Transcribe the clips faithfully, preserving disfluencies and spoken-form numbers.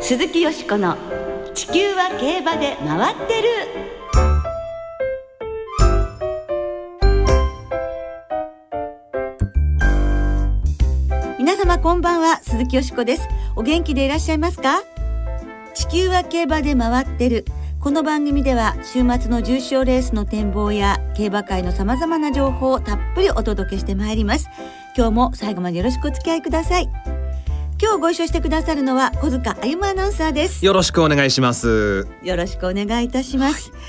鈴木よしこの地球は競馬で回ってる。皆様こんばんは、鈴木よしこです。お元気でいらっしゃいますか？地球は競馬で回ってる。この番組では週末の重賞レースの展望や競馬界のさまざまな情報をたっぷりお届けしてまいります。今日も最後までよろしくお付き合いください。今日ご一緒してくださるのは小塚歩アナウンサーです。 よろしくお願いします。 よろしくお願いいたします、はい、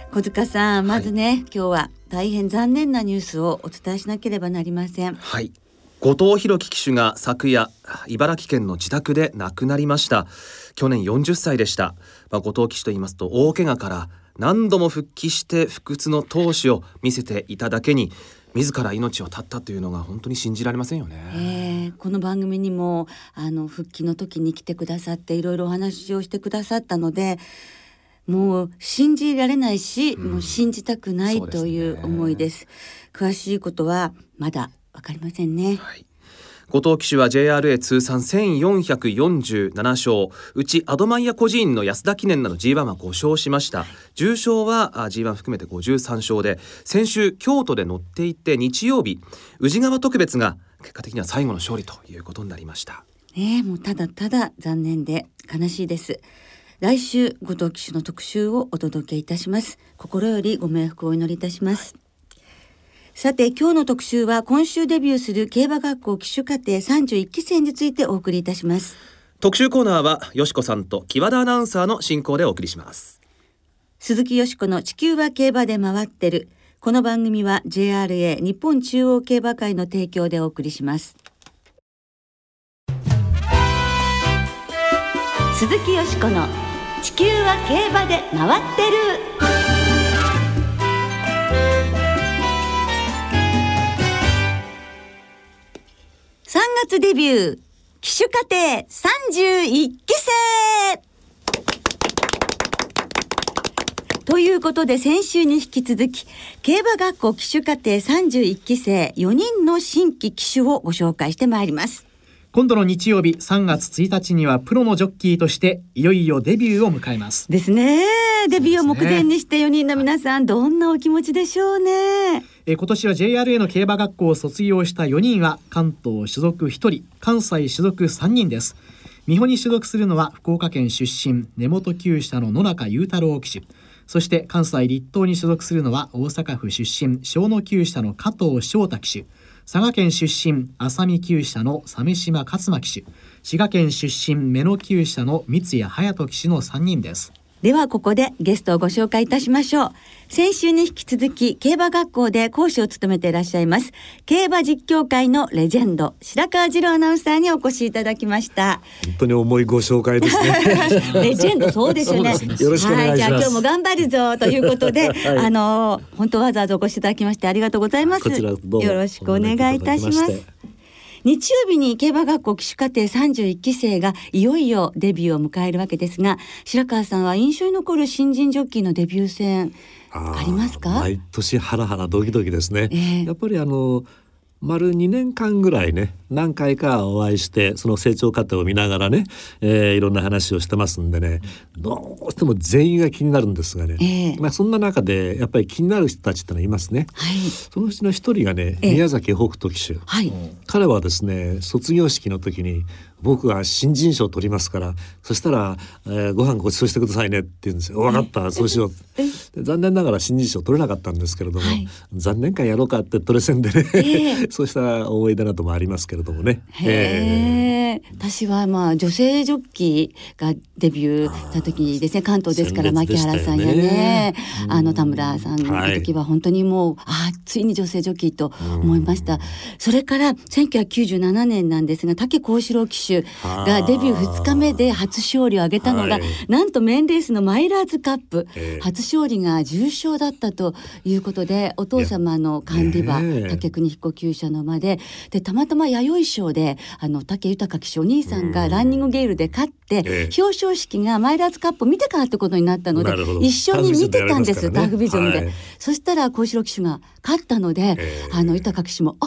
小塚さん、まずね、はい、今日は大変残念なニュースをお伝えしなければなりません。 はい、後藤弘樹騎手が昨夜茨城県の自宅で亡くなりました。去年よんじゅっさいでした。まあ、後藤騎手と言いますと大怪我から何度も復帰して不屈の闘志を見せていただけに自ら命を絶ったというのが本当に信じられませんよね。 えー、この番組にもあの復帰の時に来てくださっていろいろお話をしてくださったので、もう信じられないし、うん、もう信じたくないという思いです。詳しいことはまだ分かりませんね。 はい、後藤騎手は ジェイアールエー 通算せんよんひゃくよんじゅうななしょう、うちアドマイヤ孤児院の安田記念など ジーワン はごしょうしました。重賞は ジーワン 含めてごじゅうさんしょうで、先週京都で乗っていて日曜日宇治川特別が結果的には最後の勝利ということになりました。 ねえ、もうただただ残念で悲しいです。来週後藤騎手の特集をお届けいたします。心よりご冥福をお祈りいたします。はい、さて今日の特集は今週デビューする競馬学校騎手課程さんじゅういっきせいについてお送りいたします。 特集コーナーはよしこさんと木和田アナウンサーの進行でお送りします。 鈴木よしこの地球は競馬で回ってる。この番組は ジェイアールエー 日本中央競馬会の提供でお送りします。鈴木よしこの地球は競馬で回ってる。さんがつデビュー騎手課程さんじゅういっきせいということで、先週に引き続き競馬学校騎手課程さんじゅういっきせいよにんの新規騎手をご紹介してまいります。 今度の日曜日さんがつついたちにはプロのジョッキーとしていよいよデビューを迎えますですね。デビューを目前にしてよにんの皆さん、どんなお気持ちでしょうね。 え今年は ジェイアールエー の競馬学校を卒業したよにんは関東所属ひとり、関西所属さんにんです。美穂に所属するのは福岡県出身根本厩舎の野中雄太郎騎手、そして関西立東に所属するのは大阪府出身小野厩舎の加藤翔太騎手、佐賀県出身浅見厩舎の鮫島勝馬騎手、滋賀県出身目野厩舎の三谷隼人騎手のさんにんです。 ではここでゲストをご紹介いたしましょう。先週に引き続き競馬学校で講師を務めていらっしゃいます競馬実況界のレジェンド白川次郎アナウンサーにお越しいただきました。 本当に重いご紹介ですねレジェンド、そうですよね。 よろしくお願いします。はい、 じゃあ今日も頑張るぞということで、はい、あの本当わざわざお越しいただきましてありがとうございます。 こちらどうもよろしくお願いいたします。日曜日に競馬学校騎手課程さんじゅういっきせいがいよいよデビューを迎えるわけですが、白川さんは印象に残る新人ジョッキーのデビュー戦ありますか？ 毎年ハラハラドキドキですね、 えー、 やっぱりあの丸にねんかんぐらいね何回かお会いしてその成長過程を見ながらね、えー、いろんな話をしてますんでね、どうしても全員が気になるんですがね、えーまあ、そんな中でやっぱり気になる人たちってのはいますね、はい、そのうちの一人がね、えー、宮崎北斗騎手、はい、彼はですね卒業式の時に僕が新人賞を取りますからそしたら、えー、ご飯ご馳走してくださいねって言うんですよ。分かった、そうしようで残念ながら新人賞取れなかったんですけれども、はい、残念会やろうかってトレセンでね、えー、そうした思い出などもありますけれどもね。 へー、私はまあ女性ジョッキーがデビューした時ですね、関東ですから牧原さんやね、うん、あの田村さんの時は本当にもう、はい、あついに女性ジョッキーと思いました。それからせんきゅうひゃくきゅうじゅうななねんなんですが武幸四郎騎手がデビューふつかめで初勝利を挙げたのが、はい、なんとメンレースのマイラーズカップ、えー、初勝利が重賞だったということで、お父様の管理馬、ね、武邦彦厩舎の馬で、でたまたま弥生賞であの武豊騎手お兄さんがランニングゲールで勝って、えー、表彰式がマイラーズカップを見てからってことになったので一緒に見てたんですターフビジョンで、はい、そしたら幸四郎騎手が勝ったので、えー、あの豊騎手もあ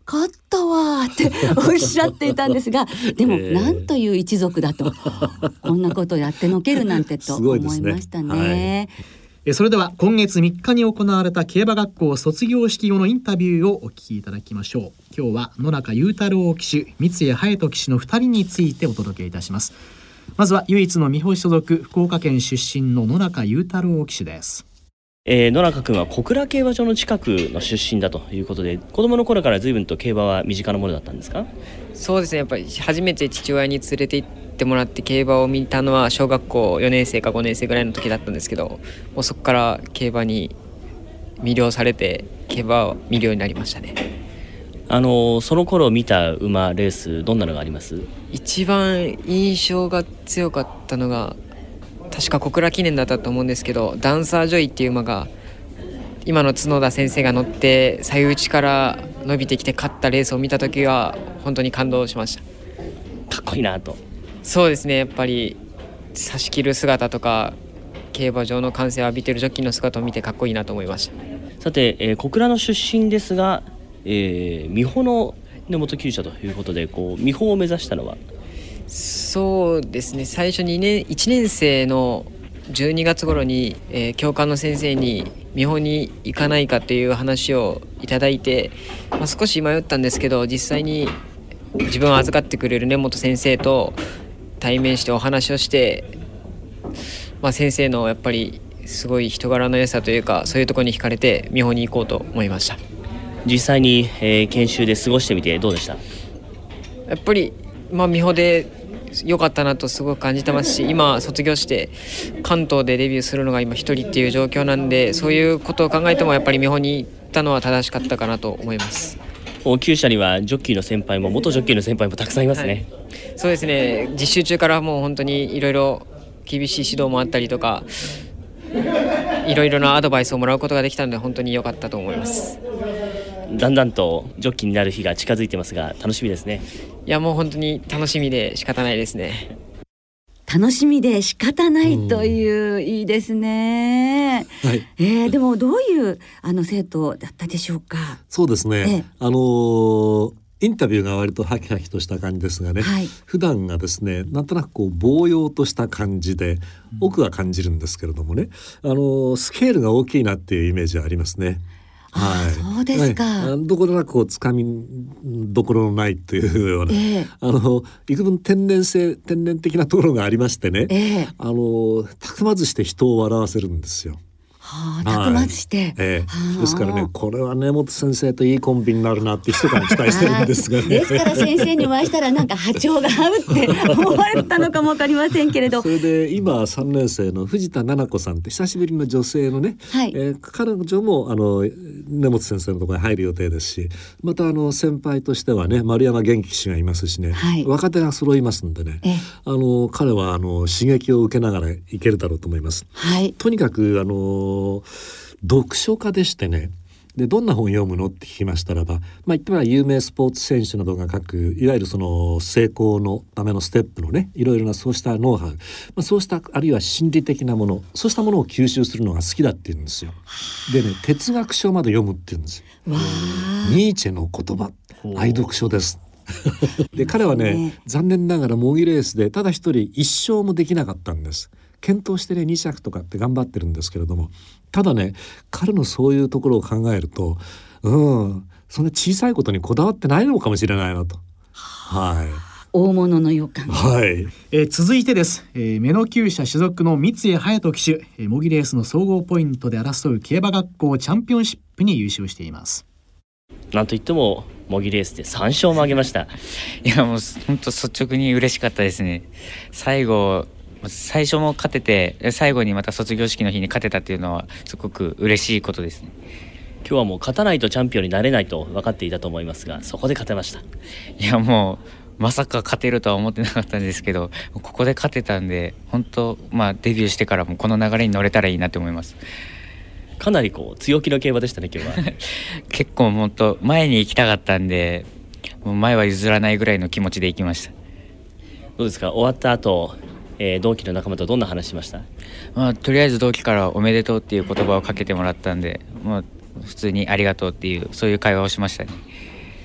勝ったわっておっしゃっていたんですが、でも、えー、なんという一族だとこんなことをやってのけるなんてと思いましたね。 それでは今月みっかに行われた競馬学校卒業式後のインタビューをお聞きいただきましょう。今日は野中裕太郎騎手、三江隼人騎手のふたりについてお届けいたします。まずは唯一の美穂所属福岡県出身の野中裕太郎騎手です。 えー、野中君は小倉競馬場の近くの出身だということで、子供の頃から随分と競馬は身近なものだったんですか？ そうですね、やっぱり初めて父親に連れて行ってもらって競馬を見たのは小学校よねん生かごねん生ぐらいの時だったんですけど、もうそこから競馬に魅了されて競馬を見るようになりましたね。 あのその頃見た馬レース、どんなのがあります？ 一番印象が強かったのが確か小倉記念だったと思うんですけど、ダンサージョイっていう馬が今の角田先生が乗って左右打ちから伸びてきて勝ったレースを見た時は本当に感動しました。 かっこいいなと。 そうですね、やっぱり差し切る姿とか競馬場の歓声を浴びているジョッキーの姿を見てかっこいいなと思いました。 さて、えー、小倉の出身ですが、えー、美穂の根本厩舎ということで、こう美穂を目指したのは？ そうですね、最初にねんいちねん生のじゅうにがつ頃に、えー、教官の先生に美穂に行かないかという話をいただいて、まあ、少し迷ったんですけど、実際に自分を預かってくれる根本先生と対面してお話をして、まあ、先生のやっぱりすごい人柄の良さというか、そういうところに惹かれて美穂に行こうと思いました。 実際に、えー、研修で過ごしてみてどうでした？ やっぱり、まあ、美穂で良かったなとすごく感じてますし、今卒業して関東でデビューするのが今一人っていう状況なんで、そういうことを考えてもやっぱり美穂に行ったのは正しかったかなと思います。 厩舎にはジョッキーの先輩も元ジョッキーの先輩もたくさんいますね。 はい、そうですね、実習中からもう本当にいろいろ厳しい指導もあったりとか、いろいろなアドバイスをもらうことができたので本当に良かったと思います。 だんだんとジョッキーになる日が近づいてますが、楽しみですね。 いや、もう本当に楽しみで仕方ないですね。 楽しみで仕方ないという、うん、いいですね。はい、えー、でもどういうあの生徒だったでしょうか？ そうですね、ええ、あのーインタビューが割とハキハキとした感じですがね、はい、普段がですね、なんとなくこうぼうようとした感じで奥が感じるんですけれどもね、あのー、スケールが大きいなっていうイメージはありますね。 はい、そうですか。 はい、どころなくこうつかみどころのないというような、えー、あの幾分天然性天然的なところがありましてね、えー、あのたくまずして人を笑わせるんですよ。 はあ、たくまずして、はいええ、ですからね、これは根本先生といいコンビになるなって一から期待してるんですが、ね、 ですから先生にお会いしたらなんか波長が合うって思われたのかも分かりませんけれど、 それで今さんねん生の藤田奈々子さんって久しぶりの女性のね、はいえー、彼女もあの根本先生のところに入る予定ですし、またあの先輩としてはね丸山元気騎手がいますしね、はい、若手が揃いますんでね、あの彼はあの刺激を受けながらいけるだろうと思います。はい、とにかくあの読書家でしてね、でどんな本読むのって聞きましたらば、まあ、言ってみれば有名スポーツ選手などが書くいわゆるその成功のためのステップのね、いろいろなそうしたノウハウ、まあ、そうしたあるいは心理的なもの、そうしたものを吸収するのが好きだって言うんですよ。でね、哲学書まで読むって言うんですよ。ニーチェの言葉、愛読書です。で彼はね、残念ながら模擬レースでただ一人一勝もできなかったんです。検討してねに着とかって頑張ってるんですけれども、ただね彼のそういうところを考えると、うんそんな小さいことにこだわってないのかもしれないなと。はい、 大物の予感。 はい、 えー、続いてです、えー、目の厩舎所属の三江隼人騎手、えー、模擬レースの総合ポイントで争う競馬学校チャンピオンシップに優勝しています。 なんといっても模擬レースでさん勝も挙げました。 いやもう本当率直に嬉しかったですね。最後最初も勝てて、最後にまた卒業式の日に勝てたっていうのはすごく嬉しいことですね。 今日はもう勝たないとチャンピオンになれないと分かっていたと思いますが、そこで勝てました。 いやもうまさか勝てるとは思ってなかったんですけど、ここで勝てたんで本当、まあ、デビューしてからもこの流れに乗れたらいいなと思います。 かなりこう強気の競馬でしたね今日は。 結構本当前に行きたかったんで、もう前は譲らないぐらいの気持ちで行きました。 どうですか、終わった後えー、同期の仲間とどんな話しました？ まあ、とりあえず同期からおめでとうっていう言葉をかけてもらったんで、まあ、普通にありがとうっていうそういう会話をしましたね。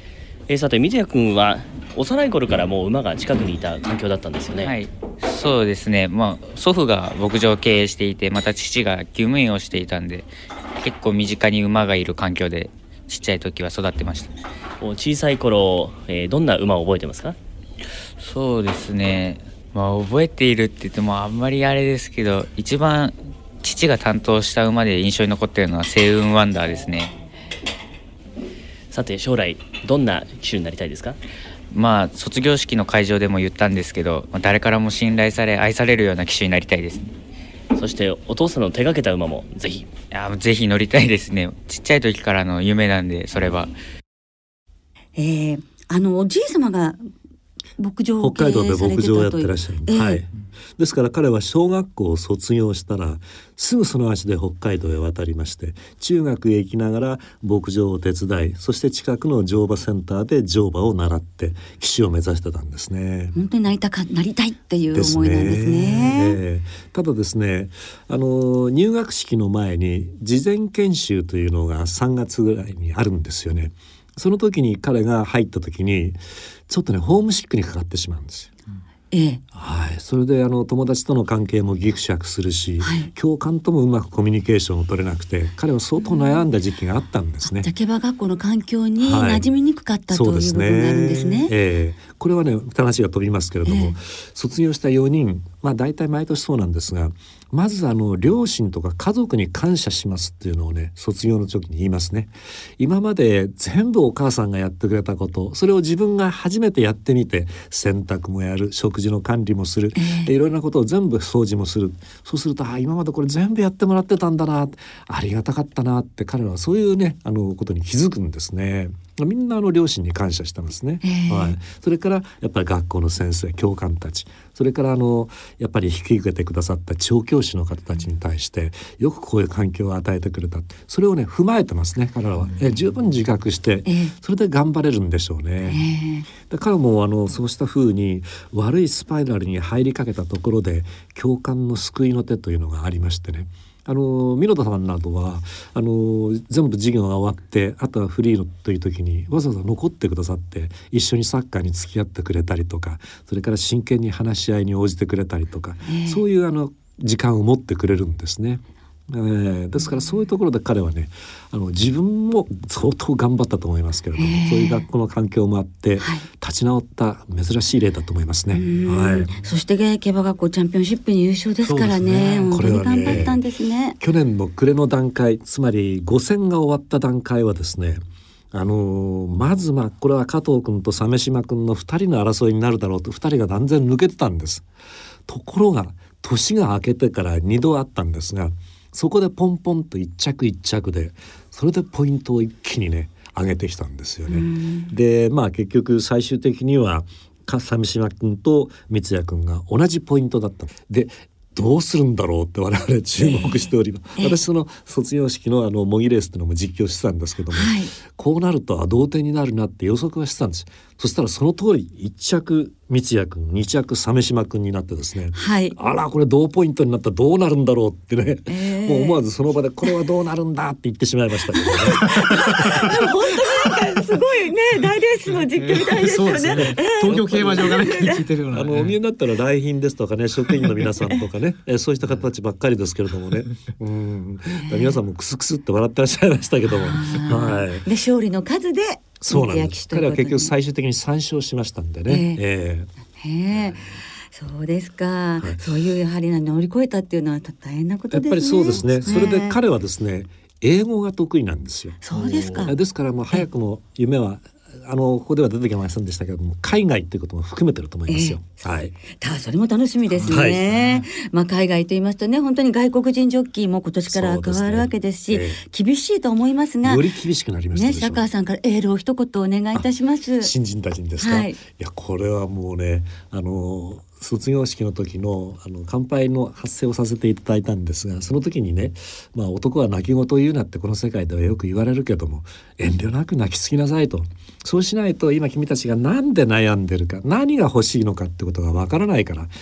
えー、さて水谷君は幼い頃からもう馬が近くにいた環境だったんですよね。 はい、そうですね、まあ、祖父が牧場を経営していて、また父が厩務員をしていたんで、結構身近に馬がいる環境でちっちゃい時は育ってました。 小さい頃、えー、どんな馬を覚えてますか？ そうですね、まあ、覚えているって言ってもあんまりあれですけど、一番父が担当した馬で印象に残っているのは星雲ワンダーですね。 さて将来どんな騎手になりたいですか？ まあ卒業式の会場でも言ったんですけど、誰からも信頼され愛されるような騎手になりたいですね。 そしてお父さんの手掛けた馬もぜひ。いやぜひ乗りたいですね。ちっちゃい時からの夢なんで、それは。 えー、あのおじい様が牧場を経営北海道で牧場をやってらっしゃる、 えー、 はい、ですから彼は小学校を卒業したらすぐその足で北海道へ渡りまして、中学へ行きながら牧場を手伝い、そして近くの乗馬センターで乗馬を習って騎手を目指してたんですね。 本当になりたかなりたいっていう思いなんですね。ですね、 えー、ただですね、あの入学式の前に事前研修というのがさんがつぐらいにあるんですよね。その時に彼が入った時にちょっとねホームシックにかかってしまうんですよ。 ええ、 はい、それであの友達との関係もギクシャクするし、はい、教官ともうまくコミュニケーションを取れなくて彼は相当悩んだ時期があったんですね。 じゃあ競馬学校の環境に馴染みにくかった、はい、という部分があるんですね。 そうですね、えー、これはね話が飛びますけれども、えー、卒業したよにん、まあ大体毎年そうなんですが、まずあの両親とか家族に感謝しますっていうのをね卒業の時に言いますね。今まで全部お母さんがやってくれたこと、それを自分が初めてやってみて、洗濯もやる、食事の管理もする、えー、いろいろなことを全部掃除もする。そうするとあ今までこれ全部やってもらってたんだな、ありがたかったなって彼はそういうねあのことに気づくんですね。みんなあの両親に感謝してますね、えーはい、それからやっぱり学校の先生教官たち、それからあのやっぱり引き受けてくださった調教師の方たちに対してよくこういう環境を与えてくれた、それをね踏まえてますね彼らは、えー、十分自覚して、えー、それで頑張れるんでしょうね、えー、で彼もあのそうした風に悪いスパイラルに入りかけたところで教官の救いの手というのがありましてね、あの箕田さんなどはあの全部授業が終わってあとはフリーのという時にわざわざ残ってくださって一緒にサッカーに付き合ってくれたりとか、それから真剣に話し合いに応じてくれたりとか、えー、そういうあの時間を持ってくれるんですね。えー、ですからそういうところで彼はねあの自分も相当頑張ったと思いますけれども、えー、そういう学校の環境もあって、はい、立ち直った珍しい例だと思いますね、はい、 そして競馬学校チャンピオンシップに優勝ですから ね, ね本当に頑張ったんですね。 去年の暮れの段階、つまりご戦が終わった段階はですね、あのー、まずまあこれは加藤君と鮫島君のふたりの争いになるだろうとふたりが断然抜けてたんです。ところが年が明けてからにどあったんですが、そこでポンポンと一着一着でそれでポイントを一気にね上げてきたんですよね。でまあ結局最終的には鮫島君と三谷君が同じポイントだったで、どうするんだろうって我々注目しております、えー、私その卒業式のあの模擬レースっていうのも実況してたんですけども、はい、こうなると同点になるなって予測はしてたんです。そしたらその通りいっ着三谷君に着鮫島君になってですね、はい、あらこれ同ポイントになったらどうなるんだろうってね、えー、もう思わずその場でこれはどうなるんだって言ってしまいましたけどねでも本当になんかすごいね大レースの実況みたいですよね、えー、そうですね、 東京競馬場がね聞いてるような、ね、 あのお見えになったら来賓ですとかね職員の皆さんとかねえそうした方たちばっかりですけれどもねうん皆さんもクスクスって笑ってらっしゃいましたけども、はい、 で勝利の数でそうなんです。彼は結局最終的にさん勝しましたんでね、えーえーえー、そうですか、はい、そういうやはり乗り越えたっていうのは大変なことですね。 やっぱりそうですね。それで彼はですね英語が得意なんですよ。 そうですか。 ですからもう早くも夢はあのここでは出てきませんでしたけれども海外ということも含めてると思いますよ、えーはい、 ただそれも楽しみですね、はい、まあ、海外と言いますとね本当に外国人ジョッキーも今年から加わるわけですし、ねえー、厳しいと思いますがより厳しくなりましたでしょう、 ね、坂川さんからエールを一言お願いいたします。 新人たちにですか、はい、いやこれはもうねあの卒業式の時 の, あの乾杯の発声をさせていただいたんですが、その時にね、まあ、男は泣き言を言うなってこの世界ではよく言われるけども遠慮なく泣きすぎなさいと、そうしないと今君たちがなんで悩んでるか何が欲しいのかってことがわからないから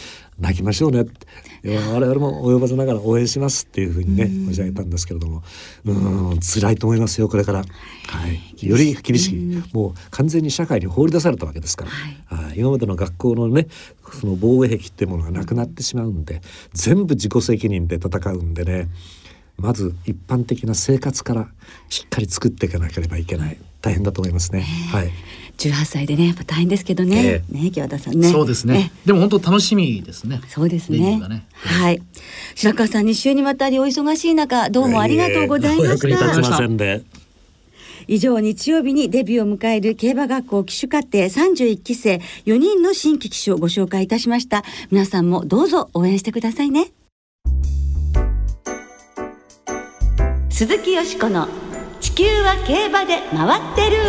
泣きましょうねって我々も及ばずながら応援しますっていうふうにね申し上げたんですけれども、うん辛いと思いますよこれから、はい、より厳しい、もう完全に社会に放り出されたわけですから、はい、今までの学校のねその防衛壁っていうものがなくなってしまうんで、全部自己責任で戦うんでね、まず一般的な生活からしっかり作っていかなければいけない、大変だと思いますね、えーはい、 じゅうはっさいでねやっぱ大変ですけどね、えー、ね清田さんね。 そうですね、でも本当楽しみですね。 そうですね、ね、はい、白川さんに週にわたりお忙しい中どうもありがとうございました。 お役に立ちませんで。 以上、日曜日にデビューを迎える競馬学校騎手課程さんじゅういっきせいよにんの新規騎手をご紹介いたしました。皆さんもどうぞ応援してくださいね。鈴木よしこの地球は競馬で回ってる。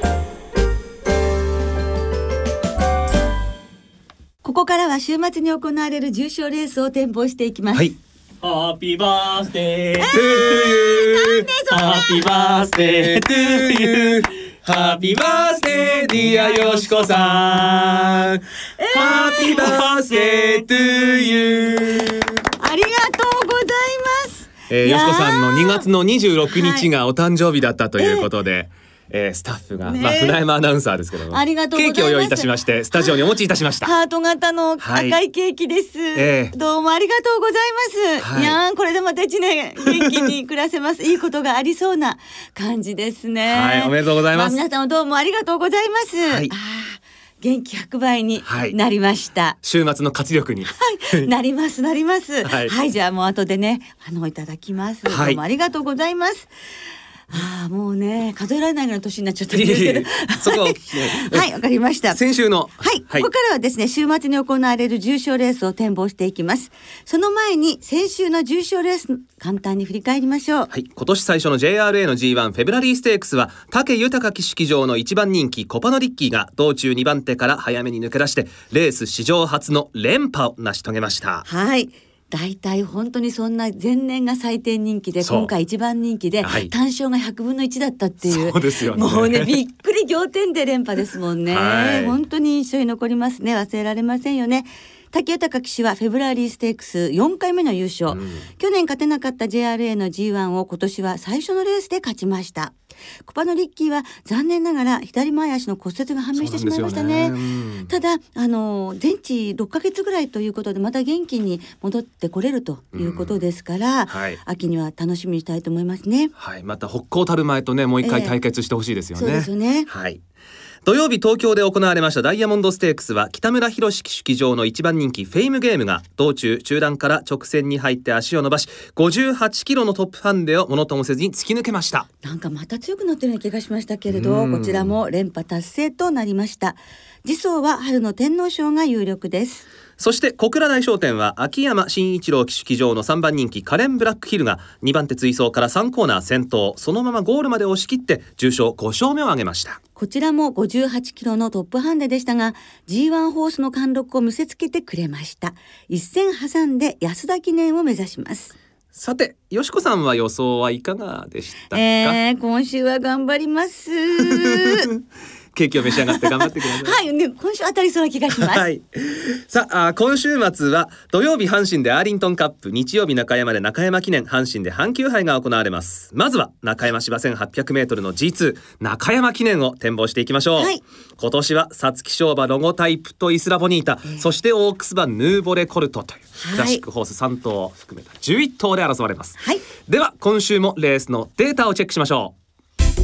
ここからは週末に行われる重賞レースを展望していきます。はい、 ハッピーバースデートゥーユー、ハッピーバースデートゥーユー、ハッピーバースデーディアよしこさん、ハッピーバースデートゥーユー。 ありがとうございます。 えー、よしこさんのにがつのにじゅうろくにちがお誕生日だったということで、はい、えー、スタッフが、ね、まあ、船山アナウンサーですけども、 ありがとうございます。 ケーキを用意いたしましてスタジオにお持ちいたしました。 ハート型の赤いケーキです、はい、えー、どうもありがとうございます、はい、いやーこれでまたいちねん元気に暮らせますいいことがありそうな感じですね。 はい、おめでとうございます、 まあ、皆さんどうもありがとうございます、はい、あ元気ひゃくばいになりました、はい、 週末の活力に、 はい、なりますなります、はい、はい、じゃあもう後でねあのいただきます、はい、どうもありがとうございます。ああもうね数えられないぐらいの年になっちゃったんですけどそこはいわかりました。 先週のはい、はい、ここからはですね週末に行われる重賞レースを展望していきます。その前に先週の重賞レース簡単に振り返りましょう。 はい、今年最初の ジェイアールエー の ジーワン フェブラリーステークスは武豊騎手場のいちばん人気コパノリッキーが道中にばん手から早めに抜け出してレース史上初の連覇を成し遂げました。 はい、大体本当にそんな前年が最低人気で今回一番人気で、はい、単勝がひゃくぶんのいちだったっていう、 そうですよね、 もうねびっくり仰天で連覇ですもんね、はい、本当に印象に残りますね。忘れられませんよね。武豊騎手はフェブラリーステークスよんかいめの優勝、うん、去年勝てなかった ジェイアールエー の ジーワン を今年は最初のレースで勝ちました。コパノリッキーは残念ながら左前足の骨折が判明してしまいましたね。ただあの全治ろっかげつぐらいということでまた元気に戻ってこれるということですから、うん、はい、秋には楽しみにしたいと思いますね。 はい、また北高たる前とねもう一回対決してほしいですよね、 えー、そうですよね。 はい、土曜日東京で行われましたダイヤモンドステークスは北村博騎手騎乗のいちばん人気フェイムゲームが道中中段から直線に入って足を伸ばしごじゅうはちキロのトップハンデをものともせずに突き抜けました。 なんかまた強くなってるような気がしましたけれどこちらも連覇達成となりました。次走は春の天皇賞が有力です。 そして小倉大商店は秋山慎一郎騎手騎乗のさんばん人気カレンブラックヒルがにばん手追走からさんコーナー先頭、そのままゴールまで押し切って重賞ご勝目を挙げました。 こちらもごじゅうはちキロのトップハンデでしたが ジーワン ホースの貫禄を見せつけてくれました。一戦挟んで安田記念を目指します。 さてよしこさんは予想はいかがでしたか？ えー、今週は頑張りますケーキを召し上がって頑張ってくださいはい、ね、今週当たりそうな気がします、はい、 さあ今週末は土曜日阪神でアーリントンカップ、日曜日中山で中山記念、阪神で阪急杯が行われます。まずは中山芝 せんはっぴゃくメートル の ジーツー 中山記念を展望していきましょう、はい、今年は皐月賞馬ロゴタイプとイスラボニータ、えー、そしてオークス馬ヌーボレコルトというクラシックホースさん頭を含めたじゅういっ頭で争われます、はい、では今週もレースのデータをチェックしましょう。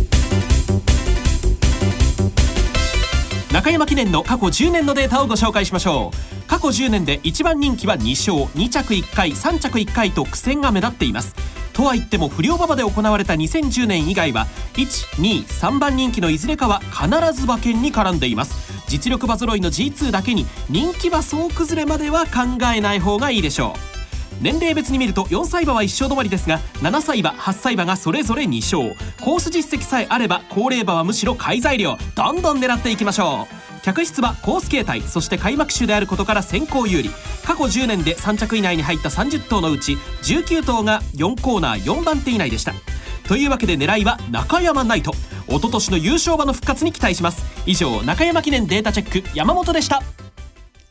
中山記念の過去じゅうねんのデータをご紹介しましょう。過去じゅうねんでいちばん人気はに勝、に着いっかい、さん着いっかいと苦戦が目立っています。とは言っても不良馬場で行われたにせんじゅうねん以外はいち、に、さんばん人気のいずれかは必ず馬券に絡んでいます。実力馬揃いの ジーツー だけに人気馬総崩れまでは考えない方がいいでしょう。年齢別に見るとよんさい馬はいっ勝止まりですがななさい馬、はっさい馬がそれぞれに勝、コース実績さえあれば高齢馬はむしろ買い材料、どんどん狙っていきましょう。客室馬、コース形態、そして開幕種であることから先行有利。過去じゅうねんでさん着以内に入ったさんじゅっ頭のうちじゅうきゅう頭がよんコーナーよんばん手以内でした。というわけで狙いは中山ナイト、一昨年の優勝馬の復活に期待します。以上中山記念データチェック山本でした。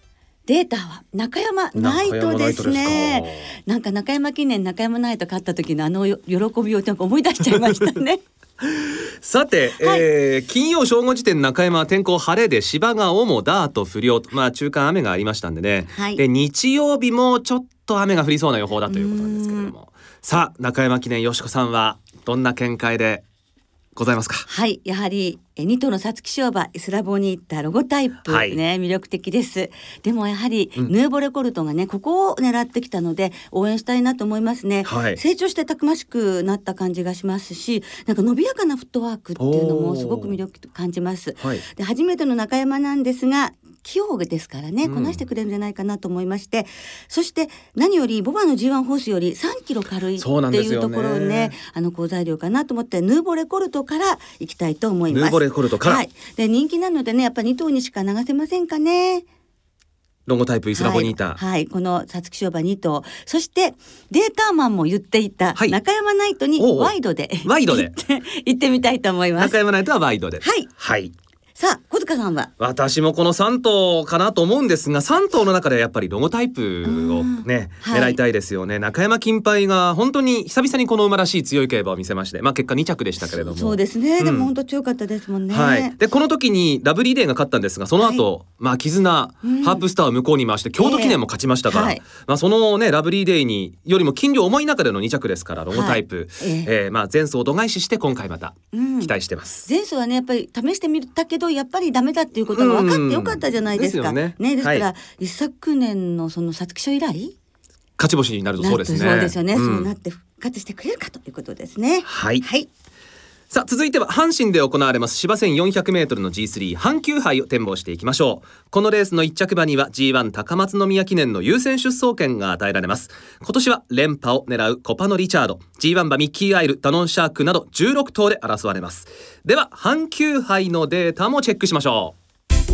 データは中山ナイトですね。なんか中山記念中山ナイト勝った時のあの喜びをなんか思い出しちゃいましたね。 さて、 はいえー、金曜正午時点中山は天候晴れで芝が主ダート不良と、まあ、中間雨がありましたんでね、 はい、 で日曜日もちょっと雨が降りそうな予報だということなんですけれども、さあ中山記念よしこさんはどんな見解でございますか？ はい、やはりに頭の皐月賞馬イスラボに行ったロゴタイプ、 はいね、魅力的です。でもやはり、 うん、 ヌーボレコルトがねここを狙ってきたので応援したいなと思いますね、 はい、 成長してたくましくなった感じがしますし、なんか伸びやかなフットワークっていうのもすごく魅力感じます、 はい、 で初めての中山なんですが器用ですからね、 うんこなしてくれるんじゃないかなと思いまして、そして何よりボバの ジーワン ホースよりさんキロ軽いっていうところをね、あの好材料かなと思ってヌーボレコルトから行きたいと思います。 ヌーボレコルトから、 はい、で人気なのでねやっぱに頭にしか流せませんかね。 ロゴタイプイスラボニータ、 はいはい、この皐月賞馬に頭、そしてデーターマンも言っていた、はい、中山ナイトにワイドでワイドで行ってみたいと思います。 中山ナイトはワイドで、 はい、 はい、 さあ小塚さんは？ 私もこのさん頭かなと思うんですが、さん頭の中でやっぱりロゴタイプをね、はい、狙いたいですよね。中山金杯が本当に久々にこの馬らしい強い競馬を見せまして、まあ、結果に着でしたけれども、 そうですね、 うん、 でも本当強かったですもんね、 はい、でこの時にラブリーデーが勝ったんですが、その後、はい、まあ絆、うん、ハープスターを向こうに回して京都記念も勝ちましたから、えーはい、まあ、そのねラブリーデーによりも斤量重い中でのに着ですからロゴタイプ、はい、えーえー、まあ前走を度外視して今回また期待してます、 うん、前走はねやっぱり試してみたけどやっぱりダメだっていうことが分かってよかったじゃないですか、うん、ですよね。ね、ですから、はい、一昨年のその皐月賞以来勝ち星になるとそうですね。 そうですよね、 うん、 そうなって復活してくれるかということですね。 はい、 はい、 さあ続いては阪神で行われます芝 せんよんひゃくメートル の ジースリー 阪急杯を展望していきましょう。このレースのいっ着馬には ジーワン 高松宮記念の優先出走権が与えられます。今年は連覇を狙うコパノリチャード、 ジーワン 馬ミッキーアイル、ダノンシャークなどじゅうろく頭で争われます。では阪急杯のデータもチェックしましょう。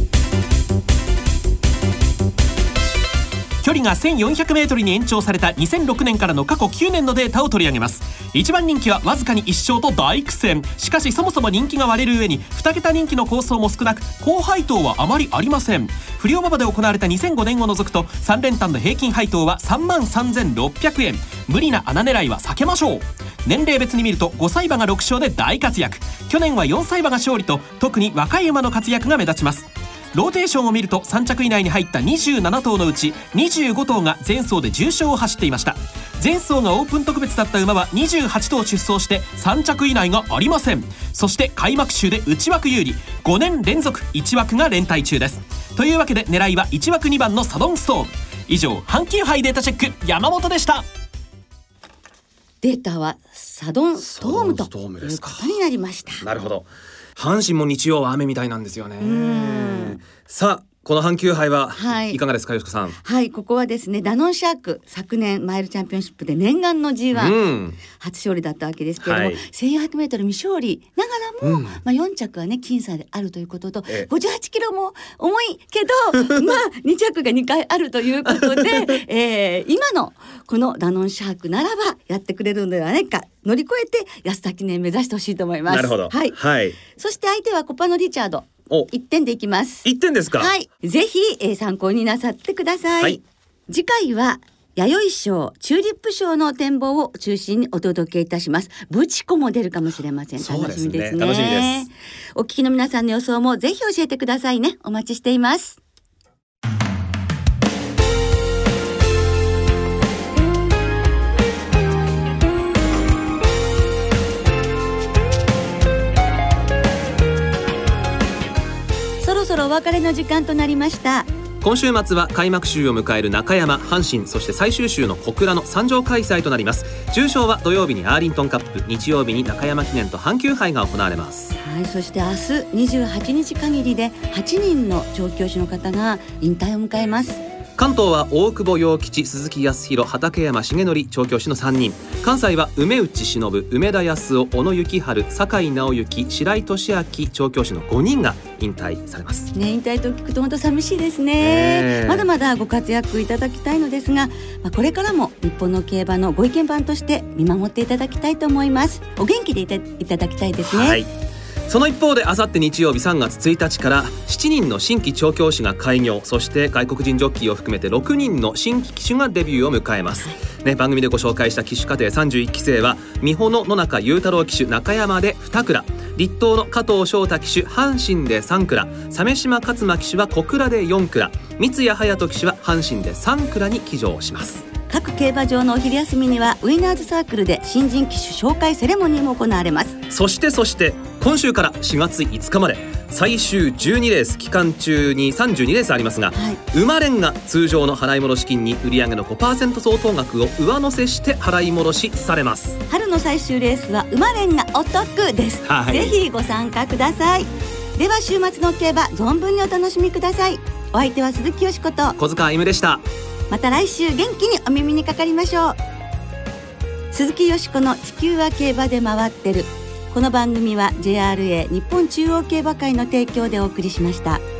距離が せんよんひゃくメートル に延長されたにせんろくねんからの過去きゅうねんのデータを取り上げます。いちばん人気はわずかにいっ勝と大苦戦。しかしそもそも人気が割れる上にに桁人気の構想も少なく高配当はあまりありません。不良馬場で行われたにせんごねんを除くとさん連単の平均配当はさんまんさんぜんろっぴゃくえん。無理な穴狙いは避けましょう。年齢別に見るとごさい馬がろく勝で大活躍。去年はよんさい馬が勝利と特に若い馬の活躍が目立ちます。ローテーションを見るとさん着以内に入ったにじゅうなな頭のうちにじゅうご頭が前走で重賞を走っていました。前走がオープン特別だった馬はにじゅうはち頭出走してさん着以内がありません。そして開幕週で内枠有利、ごねん連続いち枠が連帯中です。というわけで狙いはいち枠にばんのサドンストーム。以上阪急杯データチェック山本でした。 データはサドンストームということになりました。 なるほど。阪神も日曜は雨みたいなんですよね。さあこの阪急杯はいかがですか、よしこさん。 はい、ここはですねダノンシャーク昨年マイルチャンピオンシップで念願の ジーワン、うん、初勝利だったわけですけれども、はい、せんよんひゃくメートル 未勝利ながらも、うん、まあ、よん着はね僅差であるということと、ごじゅうはちキロも重いけどまあに着がにかいあるということで、えー、今のこのダノンシャークならばやってくれるのではないか、乗り越えて安田記念目指してほしいと思います。 なるほど、 はいはい、そして相手はコパノリチャードいってんでいきます。 いってんですか。 はい、ぜひ、えー、参考になさってください、はい、次回は弥生賞チューリップ賞の展望を中心にお届けいたします。ブチコも出るかもしれません。楽しみですね。 楽しみです。 お聞きの皆さんの予想もぜひ教えてくださいね。お待ちしています。そろそろお別れの時間となりました。 今週末は開幕週を迎える中山、阪神、そして最終週の小倉のさん場開催となります。重賞は土曜日にアーリントンカップ、日曜日に中山記念と阪急杯が行われます。 はい、そして明日にじゅうはちにち限りではちにんの調教師の方が引退を迎えます。 関東は大久保陽吉、鈴木康弘、畠山重則調教師のさんにん。関西は梅内忍、梅田康夫、小野幸春、酒井直之、白井俊明調教師のごにんが引退されます、 ね、引退と聞くと本当寂しいですね。まだまだご活躍いただきたいのですが、まあ、これからも日本の競馬のご意見番として見守っていただきたいと思います。お元気でいた、いただきたいですね。 はい、 その一方であさって日曜日さんがつついたちからしちにんの新規調教師が開業、そして外国人ジョッキーを含めてろくにんの新規騎手がデビューを迎えます、ね、番組でご紹介した騎手課程さんじゅういっきせいは美穂の野中雄太郎騎手中山でにくら、立東の加藤翔太騎手阪神でさんくら、鮫島勝馬騎手は小倉でよんくら、三谷隼人騎手は阪神でさんくらに騎乗します。 各競馬場のお昼休みにはウィナーズサークルで新人騎手紹介セレモニーも行われます。 そしてそして今週からしがついつかまで最終じゅうにレース、期間中にさんじゅうにレースありますが、はい、馬連が通常の払い戻し金に売上の ごパーセント 相当額を上乗せして払い戻しされます。 春の最終レースは馬連がお得です、はい、ぜひご参加ください。では週末の競馬存分にお楽しみください。お相手は鈴木よしこと小塚あゆむでした。 また来週元気にお耳にかかりましょう。鈴木よしこの地球は競馬で回ってる。この番組は ジェイアールエー 日本中央競馬会の提供でお送りしました。